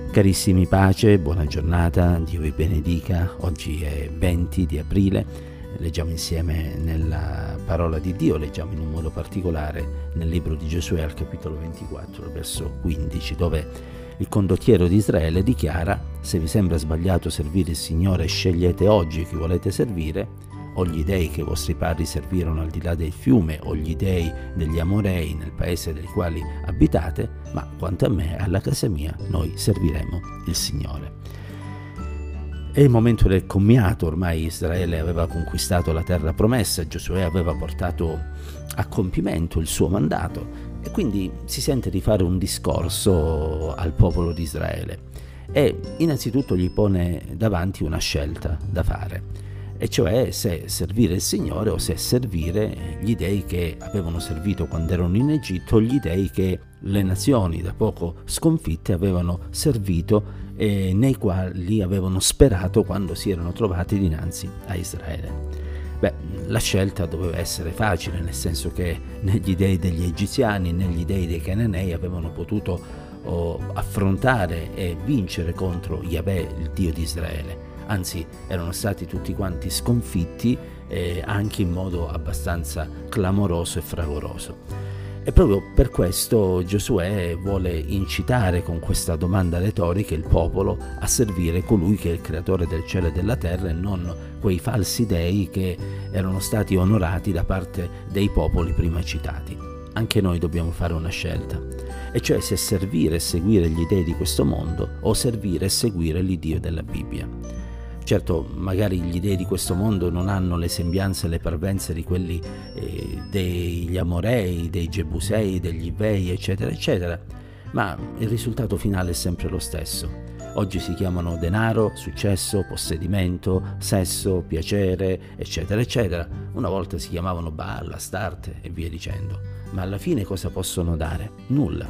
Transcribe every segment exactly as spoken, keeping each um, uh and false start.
Carissimi, pace, buona giornata, Dio vi benedica. Oggi è venti di aprile, leggiamo insieme nella parola di Dio, leggiamo in un modo particolare nel libro di Giosuè al capitolo ventiquattro, verso quindici, dove il condottiero di Israele dichiara: se vi sembra sbagliato servire il Signore, scegliete oggi chi volete servire, o gli dei che i vostri padri servirono al di là del fiume, o gli dei degli Amorei nel paese dei quali abitate, ma quanto a me e alla casa mia noi serviremo il Signore. È il momento del commiato, ormai Israele aveva conquistato la terra promessa, Giosuè aveva portato a compimento il suo mandato e quindi si sente di fare un discorso al popolo di Israele e innanzitutto gli pone davanti una scelta da fare, e cioè se servire il Signore o se servire gli dei che avevano servito quando erano in Egitto, gli dei che le nazioni da poco sconfitte avevano servito e nei quali avevano sperato quando si erano trovati dinanzi a Israele. Beh, la scelta doveva essere facile, nel senso che negli dei degli egiziani, negli dei dei cananei avevano potuto oh, affrontare e vincere contro Yahweh, il Dio di Israele. Anzi, erano stati tutti quanti sconfitti eh, anche in modo abbastanza clamoroso e fragoroso. E proprio per questo Giosuè vuole incitare con questa domanda retorica il popolo a servire colui che è il creatore del cielo e della terra e non quei falsi dei che erano stati onorati da parte dei popoli prima citati. Anche noi dobbiamo fare una scelta, e cioè se servire e seguire gli dei di questo mondo o servire e seguire l'Iddio della Bibbia. Certo, magari gli dei di questo mondo non hanno le sembianze e le parvenze di quelli eh, degli Amorei, dei Gebusei, degli Ivei, eccetera, eccetera, ma il risultato finale è sempre lo stesso. Oggi si chiamano denaro, successo, possedimento, sesso, piacere, eccetera, eccetera. Una volta si chiamavano Baal, Astarte e via dicendo. Ma alla fine cosa possono dare? Nulla.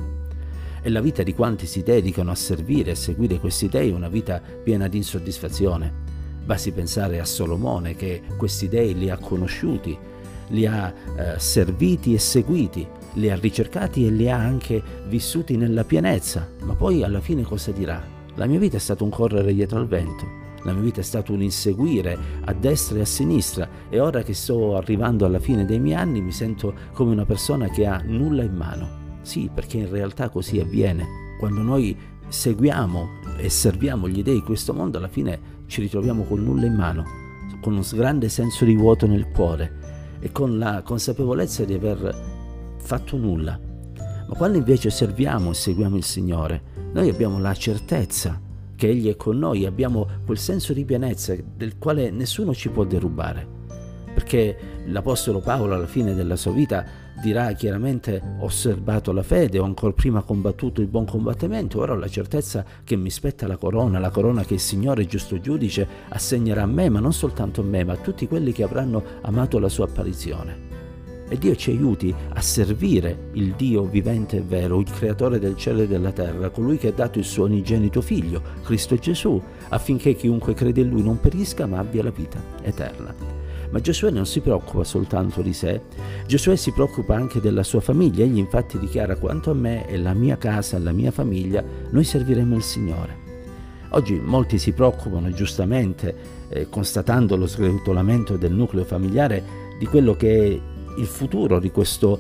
E la vita di quanti si dedicano a servire e seguire questi dei è una vita piena di insoddisfazione. Basti pensare a Solomone, che questi dei li ha conosciuti, li ha eh, serviti e seguiti, li ha ricercati e li ha anche vissuti nella pienezza. Ma poi alla fine cosa dirà? La mia vita è stato un correre dietro al vento, la mia vita è stato un inseguire a destra e a sinistra, e ora che sto arrivando alla fine dei miei anni mi sento come una persona che ha nulla in mano. Sì, perché in realtà così avviene. Quando noi seguiamo e serviamo gli dei di questo mondo, alla fine ci ritroviamo con nulla in mano, con un grande senso di vuoto nel cuore e con la consapevolezza di aver fatto nulla. Ma quando invece serviamo e seguiamo il Signore, noi abbiamo la certezza che Egli è con noi, abbiamo quel senso di pienezza del quale nessuno ci può derubare. Perché l'Apostolo Paolo alla fine della sua vita dirà chiaramente: ho osservato la fede, ho ancor prima combattuto il buon combattimento, ora ho la certezza che mi spetta la corona, la corona che il Signore giusto giudice assegnerà a me, ma non soltanto a me, ma a tutti quelli che avranno amato la sua apparizione. E Dio ci aiuti a servire il Dio vivente e vero, il creatore del cielo e della terra, colui che ha dato il suo unigenito figlio, Cristo Gesù, affinché chiunque crede in lui non perisca ma abbia la vita eterna. Ma Giosuè non si preoccupa soltanto di sé, Giosuè si preoccupa anche della sua famiglia. Egli infatti dichiara: quanto a me e la mia casa e la mia famiglia, noi serviremo il Signore. Oggi molti si preoccupano giustamente, eh, constatando lo sgretolamento del nucleo familiare, di quello che è il futuro di questo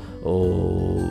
oh,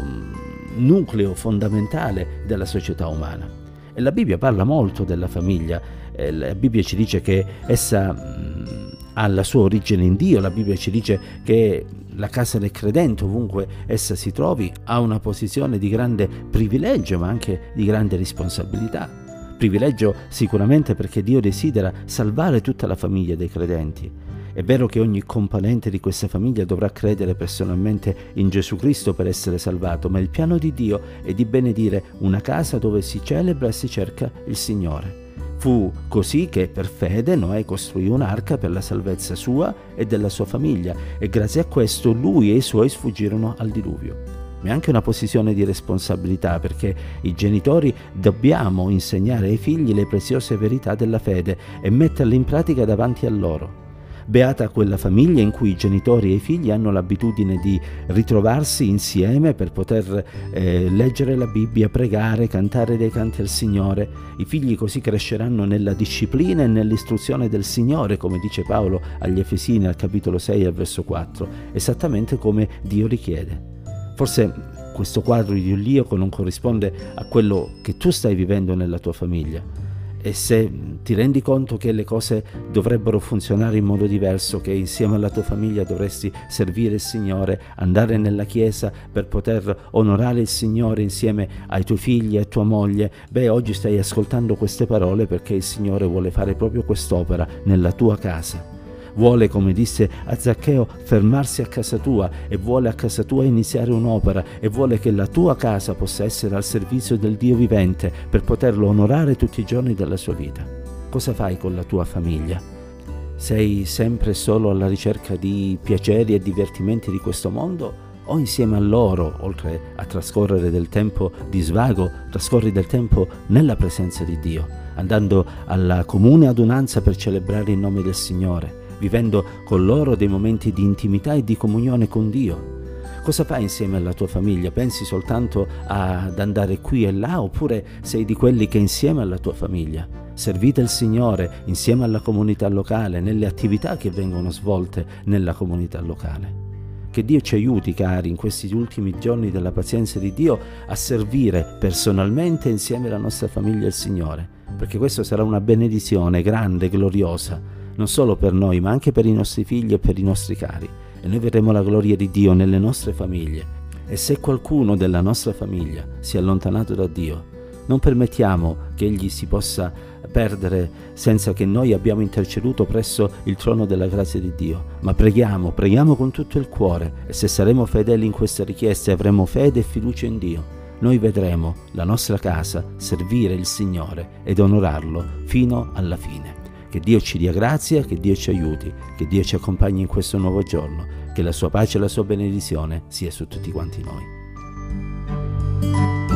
nucleo fondamentale della società umana. E la Bibbia parla molto della famiglia, eh, la Bibbia ci dice che essa mh, ha la sua origine in Dio, la Bibbia ci dice che la casa del credente, ovunque essa si trovi, ha una posizione di grande privilegio ma anche di grande responsabilità. Privilegio sicuramente perché Dio desidera salvare tutta la famiglia dei credenti. È vero che ogni componente di questa famiglia dovrà credere personalmente in Gesù Cristo per essere salvato, ma il piano di Dio è di benedire una casa dove si celebra e si cerca il Signore. Fu così che per fede Noè costruì un'arca per la salvezza sua e della sua famiglia, e grazie a questo lui e i suoi sfuggirono al diluvio. Ma è anche una posizione di responsabilità, perché i genitori dobbiamo insegnare ai figli le preziose verità della fede e metterle in pratica davanti a loro. Beata quella famiglia in cui i genitori e i figli hanno l'abitudine di ritrovarsi insieme per poter eh, leggere la Bibbia, pregare, cantare dei canti al Signore. I figli così cresceranno nella disciplina e nell'istruzione del Signore, come dice Paolo agli Efesini al capitolo sei al verso quattro, esattamente come Dio richiede. Forse questo quadro idilliaco non corrisponde a quello che tu stai vivendo nella tua famiglia, e se ti rendi conto che le cose dovrebbero funzionare in modo diverso, che insieme alla tua famiglia dovresti servire il Signore, andare nella chiesa per poter onorare il Signore insieme ai tuoi figli e a tua moglie, beh, oggi stai ascoltando queste parole perché il Signore vuole fare proprio quest'opera nella tua casa. Vuole, come disse a Zaccheo, fermarsi a casa tua, e vuole a casa tua iniziare un'opera, e vuole che la tua casa possa essere al servizio del Dio vivente per poterlo onorare tutti i giorni della sua vita. Cosa fai con la tua famiglia? Sei sempre solo alla ricerca di piaceri e divertimenti di questo mondo? O insieme a loro, oltre a trascorrere del tempo di svago, trascorri del tempo nella presenza di Dio, andando alla comune adunanza per celebrare il nome del Signore, vivendo con loro dei momenti di intimità e di comunione con Dio? Cosa fai insieme alla tua famiglia? Pensi soltanto ad andare qui e là, oppure sei di quelli che insieme alla tua famiglia servite il Signore insieme alla comunità locale, nelle attività che vengono svolte nella comunità locale? Che Dio ci aiuti, cari, in questi ultimi giorni della pazienza di Dio, a servire personalmente insieme alla nostra famiglia il Signore, perché questo sarà una benedizione grande, gloriosa, non solo per noi, ma anche per i nostri figli e per i nostri cari. E noi vedremo la gloria di Dio nelle nostre famiglie. E se qualcuno della nostra famiglia si è allontanato da Dio, non permettiamo che egli si possa perdere senza che noi abbiamo interceduto presso il trono della grazia di Dio, ma preghiamo, preghiamo con tutto il cuore, e se saremo fedeli in queste richieste, avremo fede e fiducia in Dio, noi vedremo la nostra casa servire il Signore ed onorarlo fino alla fine. Che Dio ci dia grazia, che Dio ci aiuti, che Dio ci accompagni in questo nuovo giorno, che la sua pace e la sua benedizione sia su tutti quanti noi.